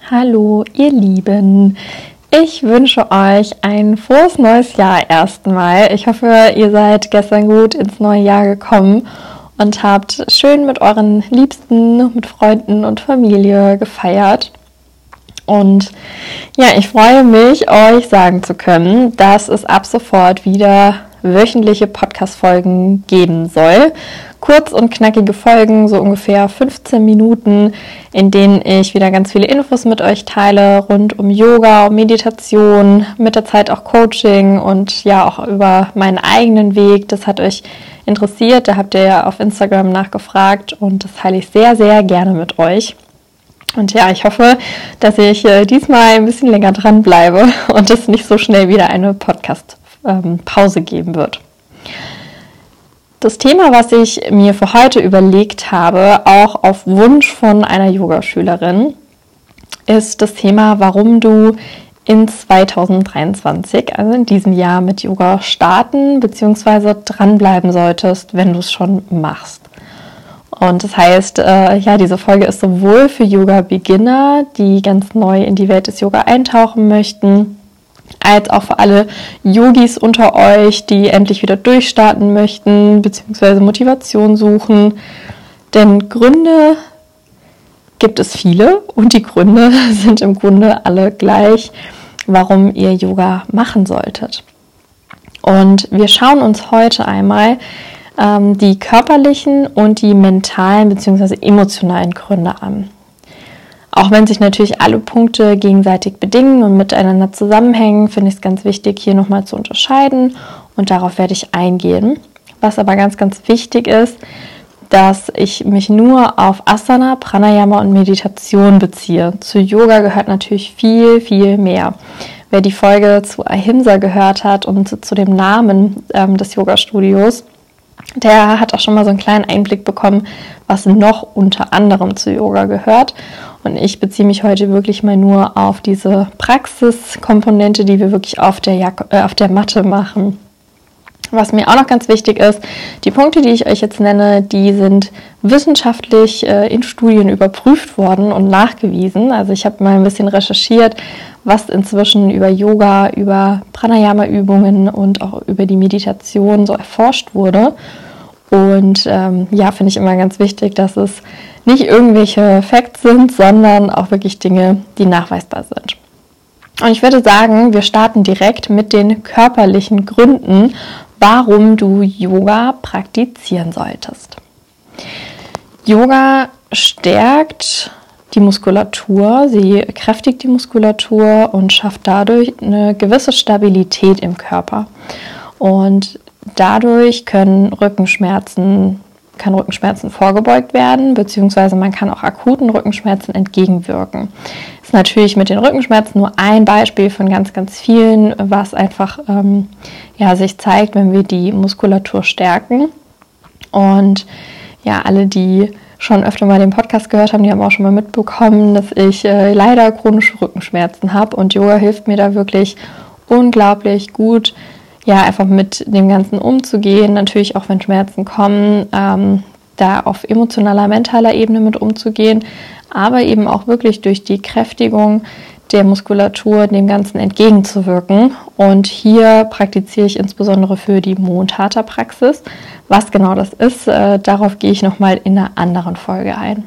Hallo ihr Lieben, ich wünsche euch ein frohes neues Jahr erstmal. Ich hoffe, ihr seid gestern gut ins neue Jahr gekommen und habt schön mit euren Liebsten, mit Freunden und Familie gefeiert. Und ja, ich freue mich, euch sagen zu können, dass es ab sofort wieder wöchentliche Podcast-Folgen geben soll. Kurz und knackige Folgen, so ungefähr 15 Minuten, in denen ich wieder ganz viele Infos mit euch teile, rund um Yoga, um Meditation, mit der Zeit auch Coaching und ja auch über meinen eigenen Weg. Das hat euch interessiert, da habt ihr ja auf Instagram nachgefragt und das teile ich sehr, sehr gerne mit euch. Und ja, ich hoffe, dass ich diesmal ein bisschen länger dran bleibe und es nicht so schnell wieder eine Podcast-Pause geben wird. Das Thema, was ich mir für heute überlegt habe, auch auf Wunsch von einer Yogaschülerin, ist das Thema, warum du in 2023, also in diesem Jahr, mit Yoga starten bzw. dranbleiben solltest, wenn du es schon machst. Und das heißt, diese Folge ist sowohl für Yoga-Beginner, die ganz neu in die Welt des Yoga eintauchen möchten, als auch für alle Yogis unter euch, die endlich wieder durchstarten möchten, beziehungsweise Motivation suchen. Denn Gründe gibt es viele und die Gründe sind im Grunde alle gleich, warum ihr Yoga machen solltet. Und wir schauen uns heute einmal die körperlichen und die mentalen bzw. emotionalen Gründe an. Auch wenn sich natürlich alle Punkte gegenseitig bedingen und miteinander zusammenhängen, finde ich es ganz wichtig, hier nochmal zu unterscheiden und darauf werde ich eingehen. Was aber ganz, ganz wichtig ist, dass ich mich nur auf Asana, Pranayama und Meditation beziehe. Zu Yoga gehört natürlich viel, viel mehr. Wer die Folge zu Ahimsa gehört hat und zu dem Namen des Yoga-Studios, der hat auch schon mal so einen kleinen Einblick bekommen, was noch unter anderem zu Yoga gehört. Und ich beziehe mich heute wirklich mal nur auf diese Praxiskomponente, die wir wirklich auf der Matte machen. Was mir auch noch ganz wichtig ist, die Punkte, die ich euch jetzt nenne, die sind wissenschaftlich in Studien überprüft worden und nachgewiesen. Also ich habe mal ein bisschen recherchiert, was inzwischen über Yoga, über Pranayama-Übungen und auch über die Meditation so erforscht wurde. Und finde ich immer ganz wichtig, dass es nicht irgendwelche Facts sind, sondern auch wirklich Dinge, die nachweisbar sind. Und ich würde sagen, wir starten direkt mit den körperlichen Gründen, warum du Yoga praktizieren solltest. Yoga stärkt die Muskulatur, sie kräftigt die Muskulatur und schafft dadurch eine gewisse Stabilität im Körper. Und dadurch können Rückenschmerzen vorgebeugt werden, beziehungsweise man kann auch akuten Rückenschmerzen entgegenwirken. Das ist natürlich mit den Rückenschmerzen nur ein Beispiel von ganz, ganz vielen, was einfach sich zeigt, wenn wir die Muskulatur stärken. Und ja, alle, die schon öfter mal den Podcast gehört haben, die haben auch schon mal mitbekommen, dass ich leider chronische Rückenschmerzen habe und Yoga hilft mir da wirklich unglaublich gut, ja, einfach mit dem Ganzen umzugehen, natürlich auch wenn Schmerzen kommen, da auf emotionaler, mentaler Ebene mit umzugehen, aber eben auch wirklich durch die Kräftigung der Muskulatur dem Ganzen entgegenzuwirken. Und hier praktiziere ich insbesondere für die Mond-Hatha-Praxis. Was genau das ist, darauf gehe ich nochmal in einer anderen Folge ein.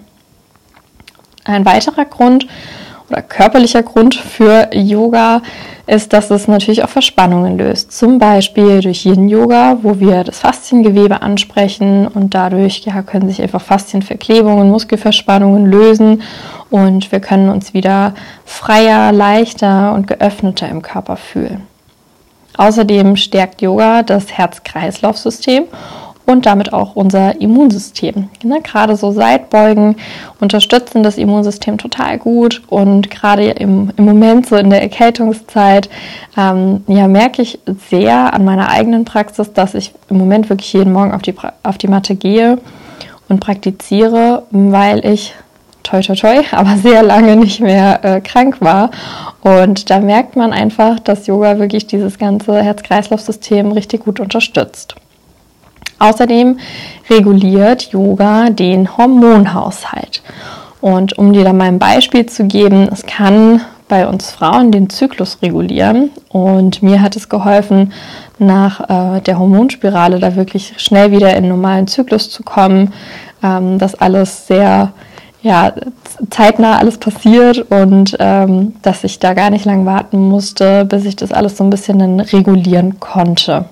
Ein weiterer Grund oder körperlicher Grund für Yoga ist, dass es natürlich auch Verspannungen löst. Zum Beispiel durch Yin-Yoga, wo wir das Fasziengewebe ansprechen und dadurch können sich einfach Faszienverklebungen, Muskelverspannungen lösen und wir können uns wieder freier, leichter und geöffneter im Körper fühlen. Außerdem stärkt Yoga das Herz-Kreislauf-System und damit auch unser Immunsystem. Gerade so Seitbeugen unterstützen das Immunsystem total gut und gerade im Moment so in der Erkältungszeit merke ich sehr an meiner eigenen Praxis, dass ich im Moment wirklich jeden Morgen auf die Matte gehe und praktiziere, weil ich toi toi toi, aber sehr lange nicht mehr krank war. Und da merkt man einfach, dass Yoga wirklich dieses ganze Herz-Kreislauf-System richtig gut unterstützt. Außerdem reguliert Yoga den Hormonhaushalt. Und um dir da mal ein Beispiel zu geben, es kann bei uns Frauen den Zyklus regulieren. Und mir hat es geholfen, nach der Hormonspirale da wirklich schnell wieder in den normalen Zyklus zu kommen, dass alles sehr zeitnah alles passiert und dass ich da gar nicht lang warten musste, bis ich das alles so ein bisschen dann regulieren konnte.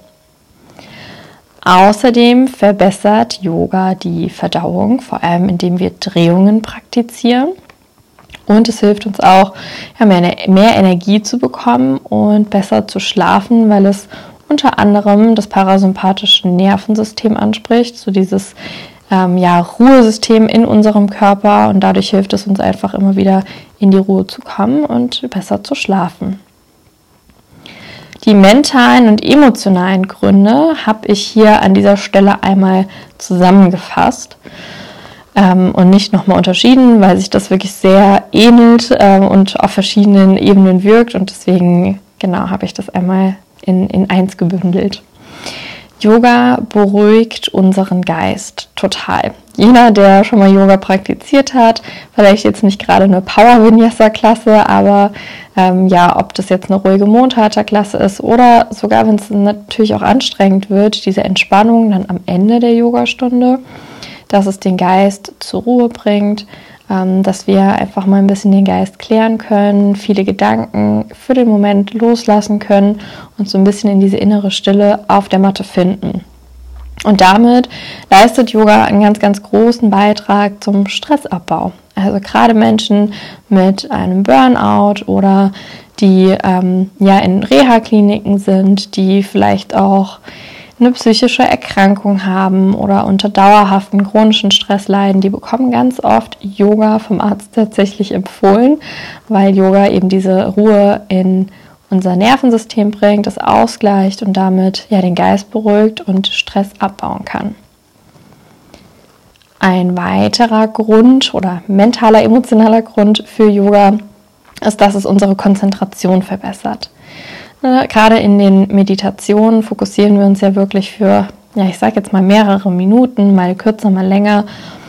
Außerdem verbessert Yoga die Verdauung, vor allem indem wir Drehungen praktizieren. Und es hilft uns auch, mehr Energie zu bekommen und besser zu schlafen, weil es unter anderem das parasympathische Nervensystem anspricht, so dieses Ruhesystem in unserem Körper. Und dadurch hilft es uns einfach immer wieder in die Ruhe zu kommen und besser zu schlafen. Die mentalen und emotionalen Gründe habe ich hier an dieser Stelle einmal zusammengefasst. Und nicht nochmal unterschieden, weil sich das wirklich sehr ähnelt und auf verschiedenen Ebenen wirkt. Und deswegen, habe ich das einmal in eins gebündelt. Yoga beruhigt unseren Geist total. Jeder, der schon mal Yoga praktiziert hat, vielleicht jetzt nicht gerade eine Power-Vinyasa-Klasse, aber ob das jetzt eine ruhige Mondhalter-Klasse ist oder sogar, wenn es natürlich auch anstrengend wird, diese Entspannung dann am Ende der Yogastunde, dass es den Geist zur Ruhe bringt, dass wir einfach mal ein bisschen den Geist klären können, viele Gedanken für den Moment loslassen können und so ein bisschen in diese innere Stille auf der Matte finden. Und damit leistet Yoga einen ganz, ganz großen Beitrag zum Stressabbau. Also gerade Menschen mit einem Burnout oder die in Reha-Kliniken sind, die vielleicht auch eine psychische Erkrankung haben oder unter dauerhaften chronischen Stress leiden, die bekommen ganz oft Yoga vom Arzt tatsächlich empfohlen, weil Yoga eben diese Ruhe in unser Nervensystem bringt, das ausgleicht und damit den Geist beruhigt und Stress abbauen kann. Ein weiterer Grund oder mentaler, emotionaler Grund für Yoga ist, dass es unsere Konzentration verbessert. Gerade in den Meditationen fokussieren wir uns ja wirklich für, ich sage jetzt mal mehrere Minuten, mal kürzer, mal länger,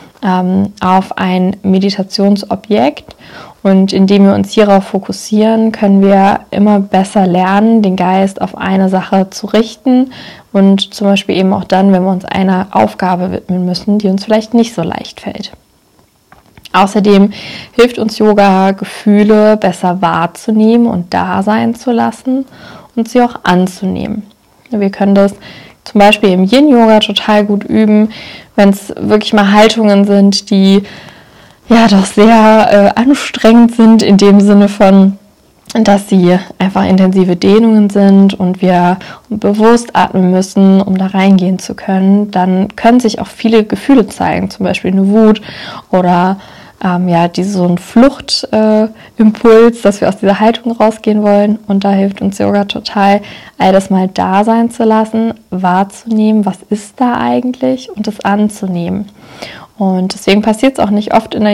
auf ein Meditationsobjekt. Und indem wir uns hierauf fokussieren, können wir immer besser lernen, den Geist auf eine Sache zu richten und zum Beispiel eben auch dann, wenn wir uns einer Aufgabe widmen müssen, die uns vielleicht nicht so leicht fällt. Außerdem hilft uns Yoga, Gefühle besser wahrzunehmen und da sein zu lassen und sie auch anzunehmen. Wir können das zum Beispiel im Yin-Yoga total gut üben, wenn es wirklich mal Haltungen sind, die doch sehr anstrengend sind, in dem Sinne von, dass sie einfach intensive Dehnungen sind und wir bewusst atmen müssen, um da reingehen zu können. Dann können sich auch viele Gefühle zeigen, zum Beispiel eine Wut oder so ein Fluchtimpuls, dass wir aus dieser Haltung rausgehen wollen. Und da hilft uns Yoga total, all das mal da sein zu lassen, wahrzunehmen, was ist da eigentlich und es anzunehmen. Und deswegen passiert es auch nicht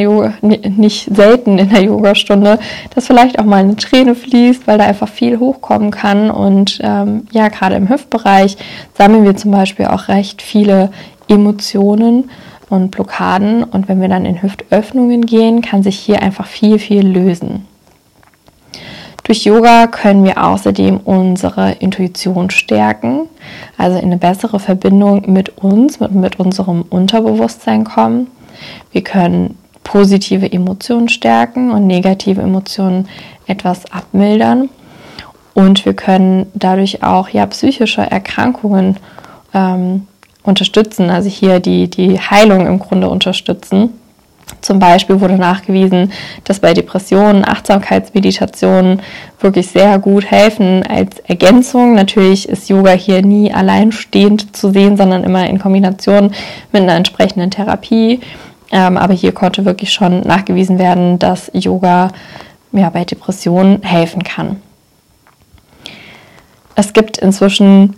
selten in der Yogastunde, dass vielleicht auch mal eine Träne fließt, weil da einfach viel hochkommen kann. Und gerade im Hüftbereich sammeln wir zum Beispiel auch recht viele Emotionen und Blockaden. Und wenn wir dann in Hüftöffnungen gehen, kann sich hier einfach viel, viel lösen. Durch Yoga können wir außerdem unsere Intuition stärken, also in eine bessere Verbindung mit uns, mit unserem Unterbewusstsein kommen. Wir können positive Emotionen stärken und negative Emotionen etwas abmildern. Und wir können dadurch auch psychische Erkrankungen unterstützen, also hier die Heilung im Grunde unterstützen. Zum Beispiel wurde nachgewiesen, dass bei Depressionen Achtsamkeitsmeditationen wirklich sehr gut helfen als Ergänzung. Natürlich ist Yoga hier nie alleinstehend zu sehen, sondern immer in Kombination mit einer entsprechenden Therapie. Aber hier konnte wirklich schon nachgewiesen werden, dass Yoga bei Depressionen helfen kann. Es gibt inzwischen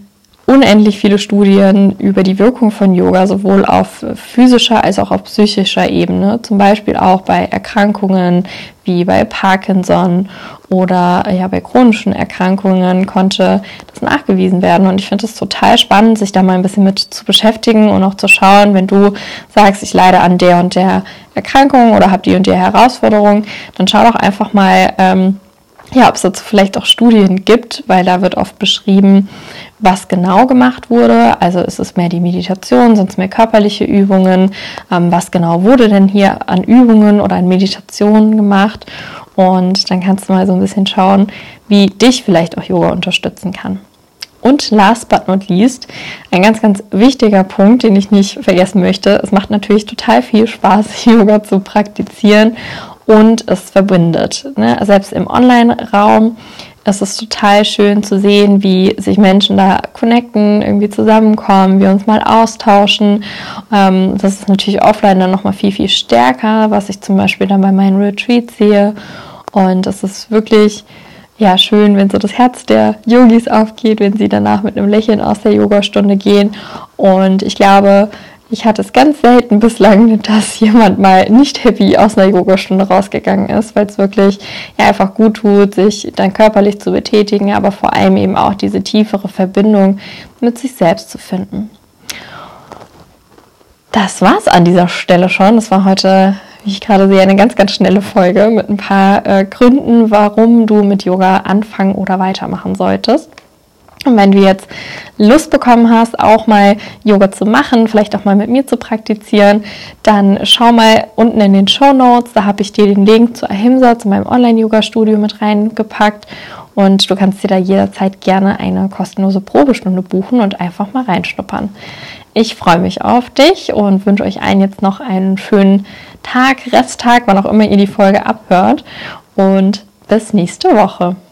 unendlich viele Studien über die Wirkung von Yoga, sowohl auf physischer als auch auf psychischer Ebene, zum Beispiel auch bei Erkrankungen wie bei Parkinson oder bei chronischen Erkrankungen konnte das nachgewiesen werden. Und ich finde es total spannend, sich da mal ein bisschen mit zu beschäftigen und auch zu schauen, wenn du sagst, ich leide an der und der Erkrankung oder habe die und die Herausforderung, dann schau doch einfach mal, ob es dazu vielleicht auch Studien gibt, weil da wird oft beschrieben, was genau gemacht wurde. Also ist es mehr die Meditation, sind es mehr körperliche Übungen? Was genau wurde denn hier an Übungen oder an Meditationen gemacht? Und dann kannst du mal so ein bisschen schauen, wie dich vielleicht auch Yoga unterstützen kann. Und last but not least, ein ganz, ganz wichtiger Punkt, den ich nicht vergessen möchte. Es macht natürlich total viel Spaß, Yoga zu praktizieren. Und es verbindet. Ne? Selbst im Online-Raum ist es total schön zu sehen, wie sich Menschen da connecten, irgendwie zusammenkommen, wir uns mal austauschen. Das ist natürlich offline dann nochmal viel, viel stärker, was ich zum Beispiel dann bei meinen Retreats sehe. Und es ist wirklich schön, wenn so das Herz der Yogis aufgeht, wenn sie danach mit einem Lächeln aus der Yogastunde gehen. Und ich glaube, ich hatte es ganz selten bislang, dass jemand mal nicht happy aus einer Yogastunde rausgegangen ist, weil es wirklich einfach gut tut, sich dann körperlich zu betätigen, aber vor allem eben auch diese tiefere Verbindung mit sich selbst zu finden. Das war's an dieser Stelle schon. Das war heute, wie ich gerade sehe, eine ganz, ganz schnelle Folge mit ein paar Gründen, warum du mit Yoga anfangen oder weitermachen solltest. Und wenn du jetzt Lust bekommen hast, auch mal Yoga zu machen, vielleicht auch mal mit mir zu praktizieren, dann schau mal unten in den Shownotes, da habe ich dir den Link zu Ahimsa, zu meinem Online-Yoga-Studio mit reingepackt und du kannst dir da jederzeit gerne eine kostenlose Probestunde buchen und einfach mal reinschnuppern. Ich freue mich auf dich und wünsche euch allen jetzt noch einen schönen Tag, Resttag, wann auch immer ihr die Folge abhört und bis nächste Woche.